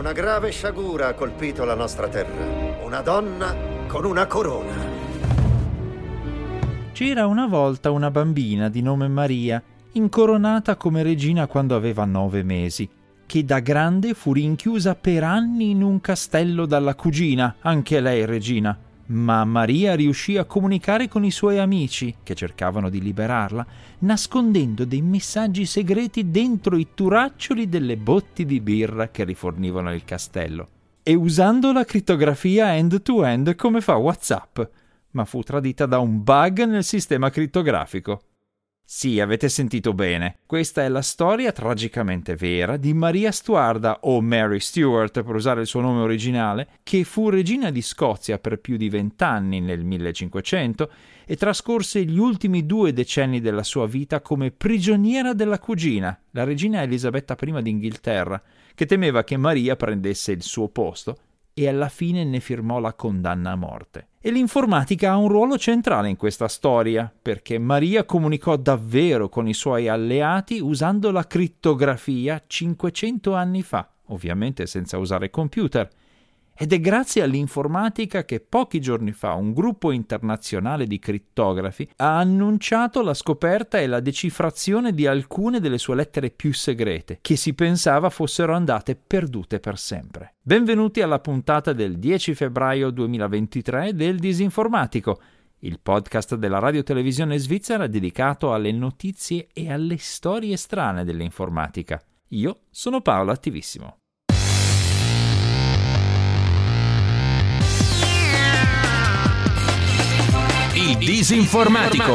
Una grave sciagura ha colpito la nostra terra. Una donna con una corona. C'era una volta una bambina di nome Maria, incoronata come regina quando aveva 9 mesi, che da grande fu rinchiusa per anni in un castello dalla cugina, anche lei regina. Ma Maria riuscì a comunicare con i suoi amici, che cercavano di liberarla, nascondendo dei messaggi segreti dentro i turaccioli delle botti di birra che rifornivano il castello, e usando la crittografia end-to-end come fa WhatsApp, ma fu tradita da un bug nel sistema crittografico. Sì, avete sentito bene. Questa è la storia tragicamente vera di Maria Stuarda, o Mary Stuart per usare il suo nome originale, che fu regina di Scozia per più di 20 anni nel 1500 e trascorse gli ultimi 2 decenni della sua vita come prigioniera della cugina, la regina Elisabetta I d'Inghilterra, che temeva che Maria prendesse il suo posto e alla fine ne firmò la condanna a morte. E l'informatica ha un ruolo centrale in questa storia, perché Maria comunicò davvero con i suoi alleati usando la crittografia 500 anni fa, ovviamente senza usare computer. Ed è grazie all'informatica che pochi giorni fa un gruppo internazionale di crittografi ha annunciato la scoperta e la decifrazione di alcune delle sue lettere più segrete, che si pensava fossero andate perdute per sempre. Benvenuti alla puntata del 10 febbraio 2023 del Disinformatico, il podcast della radiotelevisione svizzera dedicato alle notizie e alle storie strane dell'informatica. Io sono Paolo Attivissimo. Il Disinformatico.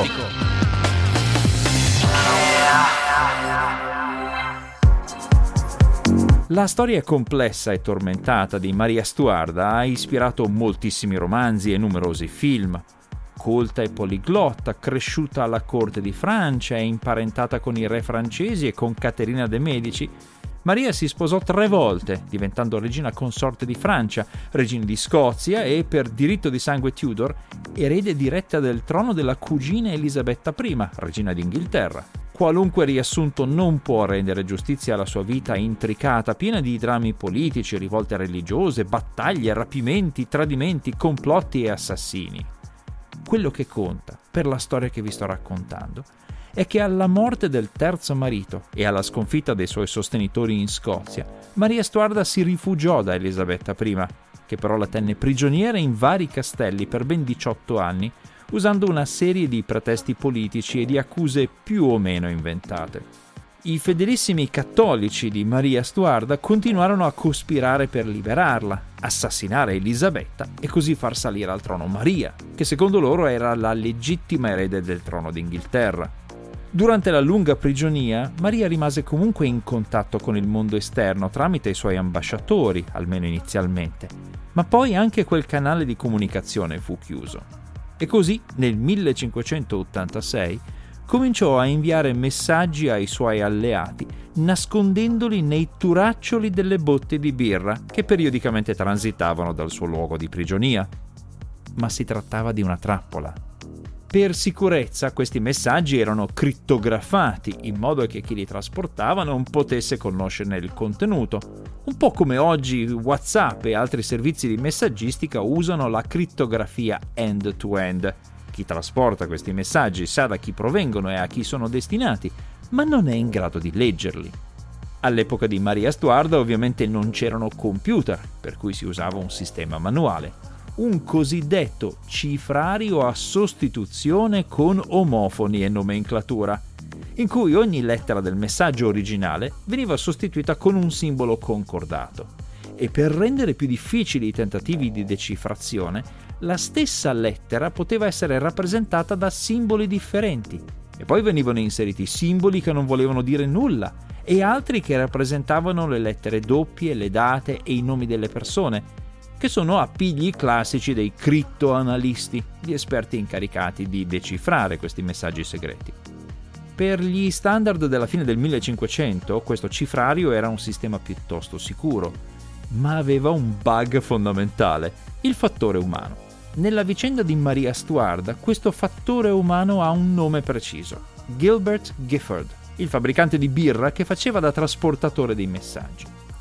La storia complessa e tormentata di Maria Stuarda ha ispirato moltissimi romanzi e numerosi film. Colta e poliglotta, cresciuta alla corte di Francia e imparentata con i re francesi e con Caterina de' Medici, Maria si sposò 3 volte, diventando regina consorte di Francia, regina di Scozia e, per diritto di sangue Tudor, erede diretta del trono della cugina Elisabetta I, regina d'Inghilterra. Qualunque riassunto non può rendere giustizia alla sua vita intricata, piena di drammi politici, rivolte religiose, battaglie, rapimenti, tradimenti, complotti e assassini. Quello che conta, per la storia che vi sto raccontando, è che alla morte del terzo marito e alla sconfitta dei suoi sostenitori in Scozia, Maria Stuarda si rifugiò da Elisabetta I, che però la tenne prigioniera in vari castelli per ben 18 anni, usando una serie di pretesti politici e di accuse più o meno inventate. I fedelissimi cattolici di Maria Stuarda continuarono a cospirare per liberarla, assassinare Elisabetta e così far salire al trono Maria, che secondo loro era la legittima erede del trono d'Inghilterra. Durante la lunga prigionia, Maria rimase comunque in contatto con il mondo esterno tramite i suoi ambasciatori, almeno inizialmente, ma poi anche quel canale di comunicazione fu chiuso. E così, nel 1586, cominciò a inviare messaggi ai suoi alleati, nascondendoli nei turaccioli delle botti di birra che periodicamente transitavano dal suo luogo di prigionia. Ma si trattava di una trappola. Per sicurezza questi messaggi erano crittografati in modo che chi li trasportava non potesse conoscerne il contenuto, un po' come oggi WhatsApp e altri servizi di messaggistica usano la crittografia end-to-end. Chi trasporta questi messaggi sa da chi provengono e a chi sono destinati, ma non è in grado di leggerli. All'epoca di Maria Stuarda ovviamente non c'erano computer, per cui si usava un sistema manuale. Un cosiddetto cifrario a sostituzione con omofoni e nomenclatura, in cui ogni lettera del messaggio originale veniva sostituita con un simbolo concordato. E per rendere più difficili i tentativi di decifrazione, la stessa lettera poteva essere rappresentata da simboli differenti. E poi venivano inseriti simboli che non volevano dire nulla e altri che rappresentavano le lettere doppie, le date e i nomi delle persone, che sono appigli classici dei crittoanalisti, gli esperti incaricati di decifrare questi messaggi segreti. Per gli standard della fine del 1500, questo cifrario era un sistema piuttosto sicuro, ma aveva un bug fondamentale, il fattore umano. Nella vicenda di Maria Stuarda, questo fattore umano ha un nome preciso: Gilbert Gifford, il fabbricante di birra che faceva da trasportatore dei messaggi.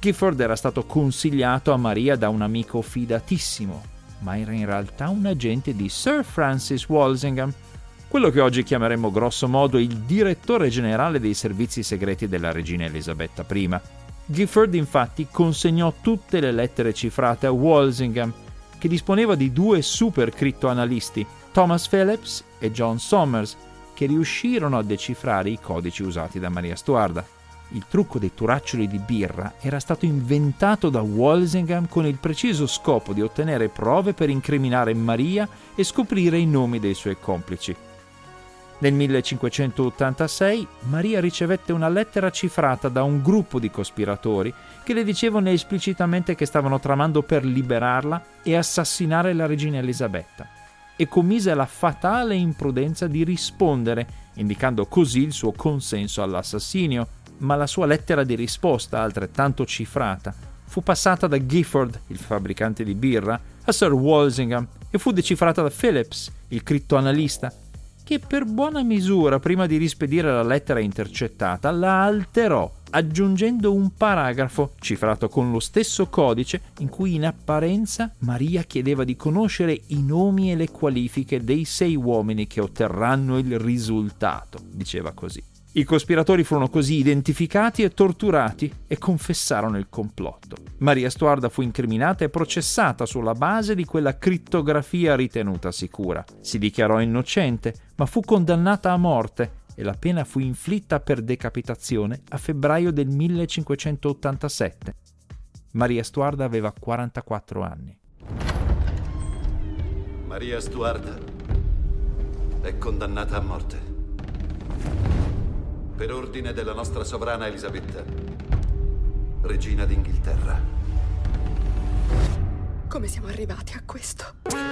Gifford era stato consigliato a Maria da un amico fidatissimo, ma era in realtà un agente di Sir Francis Walsingham, quello che oggi chiameremmo grosso modo il direttore generale dei servizi segreti della regina Elisabetta I. Gifford infatti consegnò tutte le lettere cifrate a Walsingham, che disponeva di 2 super crittoanalisti, Thomas Phillips e John Somers, che riuscirono a decifrare i codici usati da Maria Stuarda. Il trucco dei turaccioli di birra era stato inventato da Walsingham con il preciso scopo di ottenere prove per incriminare Maria e scoprire i nomi dei suoi complici. Nel 1586 Maria ricevette una lettera cifrata da un gruppo di cospiratori che le dicevano esplicitamente che stavano tramando per liberarla e assassinare la regina Elisabetta, e commise la fatale imprudenza di rispondere, indicando così il suo consenso all'assassinio. Ma la sua lettera di risposta, altrettanto cifrata, fu passata da Gifford, il fabbricante di birra, a Sir Walsingham e fu decifrata da Phillips, il crittoanalista, che per buona misura, prima di rispedire la lettera intercettata, la alterò, aggiungendo un paragrafo cifrato con lo stesso codice in cui in apparenza Maria chiedeva di conoscere i nomi e le qualifiche dei 6 uomini che otterranno il risultato, diceva così. I cospiratori furono così identificati e torturati e confessarono il complotto. Maria Stuarda fu incriminata e processata sulla base di quella crittografia ritenuta sicura. Si dichiarò innocente, ma fu condannata a morte e la pena fu inflitta per decapitazione a febbraio del 1587. Maria Stuarda aveva 44 anni. Maria Stuarda è condannata a morte. Per ordine della nostra sovrana Elisabetta, regina d'Inghilterra. Come siamo arrivati a questo?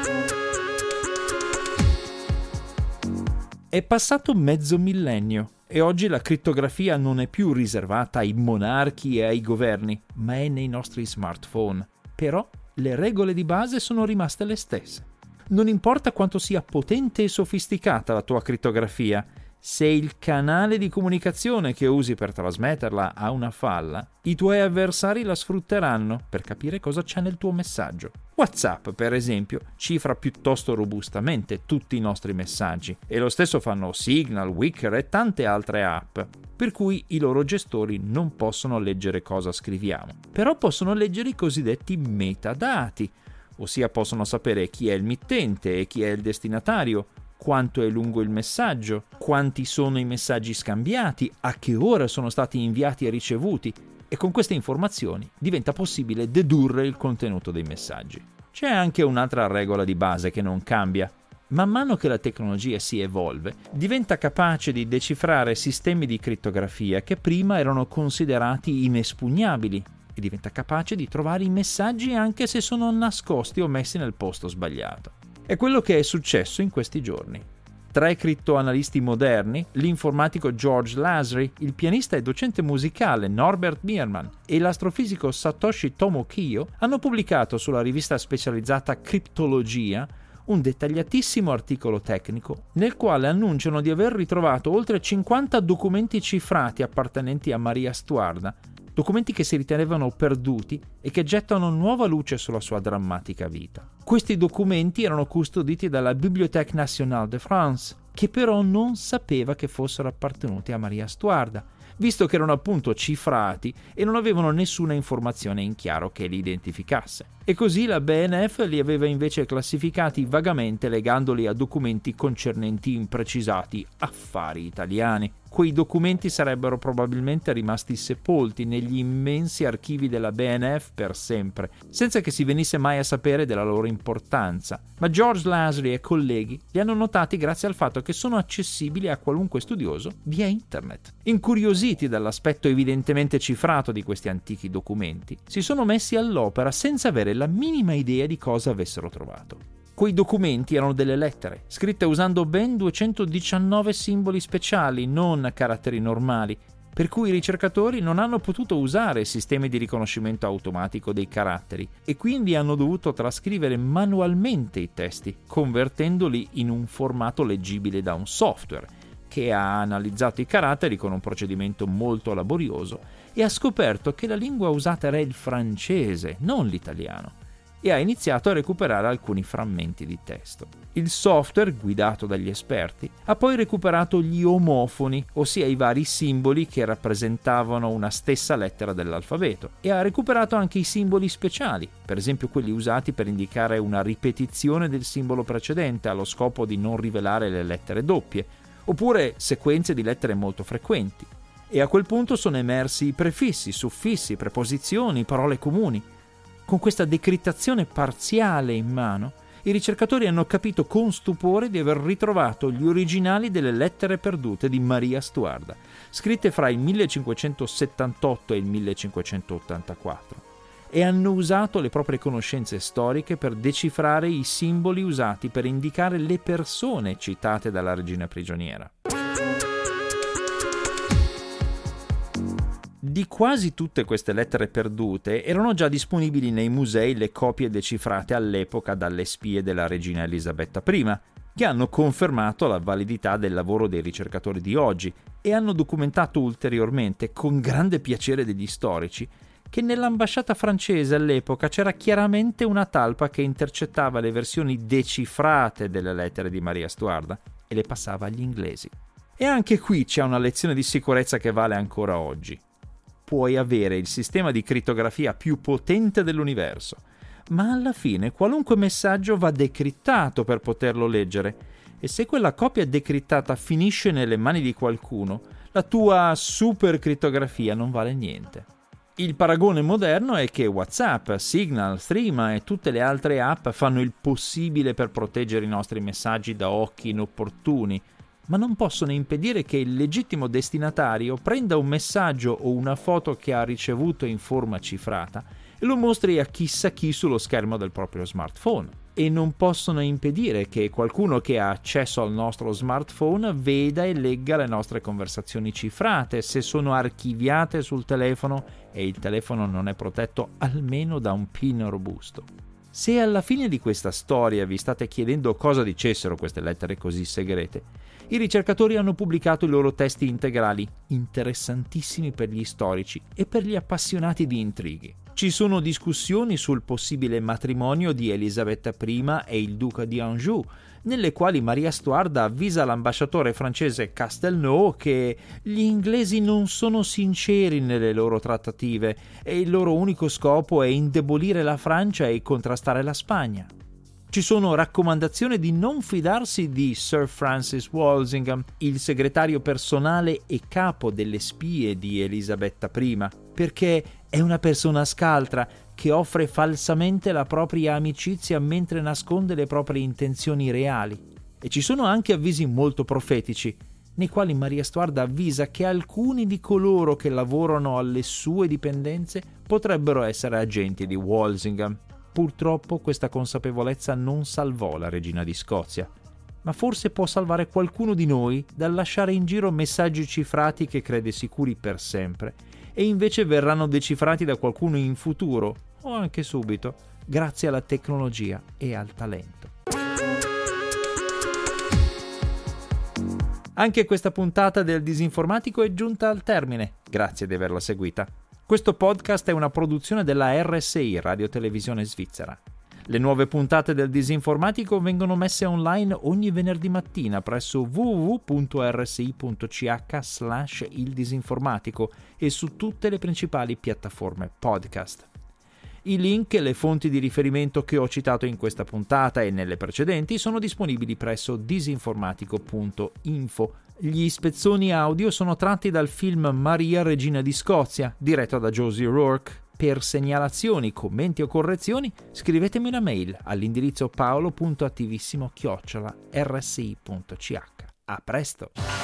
È passato mezzo millennio e oggi la crittografia non è più riservata ai monarchi e ai governi, ma è nei nostri smartphone. Però le regole di base sono rimaste le stesse. Non importa quanto sia potente e sofisticata la tua crittografia, se il canale di comunicazione che usi per trasmetterla ha una falla, i tuoi avversari la sfrutteranno per capire cosa c'è nel tuo messaggio. WhatsApp, per esempio, cifra piuttosto robustamente tutti i nostri messaggi, e lo stesso fanno Signal, Wickr e tante altre app, per cui i loro gestori non possono leggere cosa scriviamo, però possono leggere i cosiddetti metadati, ossia possono sapere chi è il mittente e chi è il destinatario, quanto è lungo il messaggio, quanti sono i messaggi scambiati, a che ora sono stati inviati e ricevuti, e con queste informazioni diventa possibile dedurre il contenuto dei messaggi. C'è anche un'altra regola di base che non cambia. Man mano che la tecnologia si evolve, diventa capace di decifrare sistemi di crittografia che prima erano considerati inespugnabili e diventa capace di trovare i messaggi anche se sono nascosti o messi nel posto sbagliato. È quello che è successo in questi giorni. 3 crittoanalisti moderni, l'informatico George Lasry, il pianista e docente musicale Norbert Biermann e l'astrofisico Satoshi Tomokiyo hanno pubblicato sulla rivista specializzata Criptologia un dettagliatissimo articolo tecnico nel quale annunciano di aver ritrovato oltre 50 documenti cifrati appartenenti a Maria Stuarda, documenti che si ritenevano perduti e che gettano nuova luce sulla sua drammatica vita. Questi documenti erano custoditi dalla Bibliothèque Nationale de France, che però non sapeva che fossero appartenuti a Maria Stuarda, visto che erano appunto cifrati e non avevano nessuna informazione in chiaro che li identificasse. E così la BNF li aveva invece classificati vagamente legandoli a documenti concernenti imprecisati affari italiani. Quei documenti sarebbero probabilmente rimasti sepolti negli immensi archivi della BNF per sempre, senza che si venisse mai a sapere della loro importanza. Ma George Lasry e colleghi li hanno notati grazie al fatto che sono accessibili a qualunque studioso via internet. Incuriositi dall'aspetto evidentemente cifrato di questi antichi documenti, si sono messi all'opera senza avere la minima idea di cosa avessero trovato. Quei documenti erano delle lettere, scritte usando ben 219 simboli speciali, non caratteri normali, per cui i ricercatori non hanno potuto usare sistemi di riconoscimento automatico dei caratteri e quindi hanno dovuto trascrivere manualmente i testi, convertendoli in un formato leggibile da un software, che ha analizzato i caratteri con un procedimento molto laborioso e ha scoperto che la lingua usata era il francese, non l'italiano, e ha iniziato a recuperare alcuni frammenti di testo. Il software, guidato dagli esperti, ha poi recuperato gli omofoni, ossia i vari simboli che rappresentavano una stessa lettera dell'alfabeto, e ha recuperato anche i simboli speciali, per esempio quelli usati per indicare una ripetizione del simbolo precedente allo scopo di non rivelare le lettere doppie, oppure sequenze di lettere molto frequenti. E a quel punto sono emersi i prefissi, suffissi, preposizioni, parole comuni. Con questa decrittazione parziale in mano, i ricercatori hanno capito con stupore di aver ritrovato gli originali delle lettere perdute di Maria Stuarda, scritte fra il 1578 e il 1584, e hanno usato le proprie conoscenze storiche per decifrare i simboli usati per indicare le persone citate dalla regina prigioniera. Di quasi tutte queste lettere perdute erano già disponibili nei musei le copie decifrate all'epoca dalle spie della regina Elisabetta I, che hanno confermato la validità del lavoro dei ricercatori di oggi e hanno documentato ulteriormente, con grande piacere degli storici, che nell'ambasciata francese all'epoca c'era chiaramente una talpa che intercettava le versioni decifrate delle lettere di Maria Stuarda e le passava agli inglesi. E anche qui c'è una lezione di sicurezza che vale ancora oggi. Puoi avere il sistema di crittografia più potente dell'universo, ma alla fine qualunque messaggio va decrittato per poterlo leggere, e se quella copia decrittata finisce nelle mani di qualcuno, la tua super crittografia non vale niente. Il paragone moderno è che WhatsApp, Signal, Threema e tutte le altre app fanno il possibile per proteggere i nostri messaggi da occhi inopportuni, ma non possono impedire che il legittimo destinatario prenda un messaggio o una foto che ha ricevuto in forma cifrata e lo mostri a chissà chi sullo schermo del proprio smartphone. E non possono impedire che qualcuno che ha accesso al nostro smartphone veda e legga le nostre conversazioni cifrate se sono archiviate sul telefono e il telefono non è protetto almeno da un PIN robusto. Se alla fine di questa storia vi state chiedendo cosa dicessero queste lettere così segrete, i ricercatori hanno pubblicato i loro testi integrali, interessantissimi per gli storici e per gli appassionati di intrighi. Ci sono discussioni sul possibile matrimonio di Elisabetta I e il duca di Anjou, nelle quali Maria Stuarda avvisa l'ambasciatore francese Castelnau che gli inglesi non sono sinceri nelle loro trattative e il loro unico scopo è indebolire la Francia e contrastare la Spagna. Ci sono raccomandazioni di non fidarsi di Sir Francis Walsingham, il segretario personale e capo delle spie di Elisabetta I, perché è una persona scaltra che offre falsamente la propria amicizia mentre nasconde le proprie intenzioni reali. E ci sono anche avvisi molto profetici, nei quali Maria Stuarda avvisa che alcuni di coloro che lavorano alle sue dipendenze potrebbero essere agenti di Walsingham. Purtroppo questa consapevolezza non salvò la regina di Scozia, ma forse può salvare qualcuno di noi dal lasciare in giro messaggi cifrati che crede sicuri per sempre e invece verranno decifrati da qualcuno in futuro o anche subito, grazie alla tecnologia e al talento. Anche questa puntata del Disinformatico è giunta al termine. Grazie di averla seguita. Questo podcast è una produzione della RSI, Radio Televisione Svizzera. Le nuove puntate del Disinformatico vengono messe online ogni venerdì mattina presso www.rsi.ch/ildisinformatico e su tutte le principali piattaforme podcast. I link e le fonti di riferimento che ho citato in questa puntata e nelle precedenti sono disponibili presso disinformatico.info. Gli spezzoni audio sono tratti dal film Maria, regina di Scozia, diretto da Josie Rourke. Per segnalazioni, commenti o correzioni, scrivetemi una mail all'indirizzo paolo.attivissimo@rsi.ch. A presto!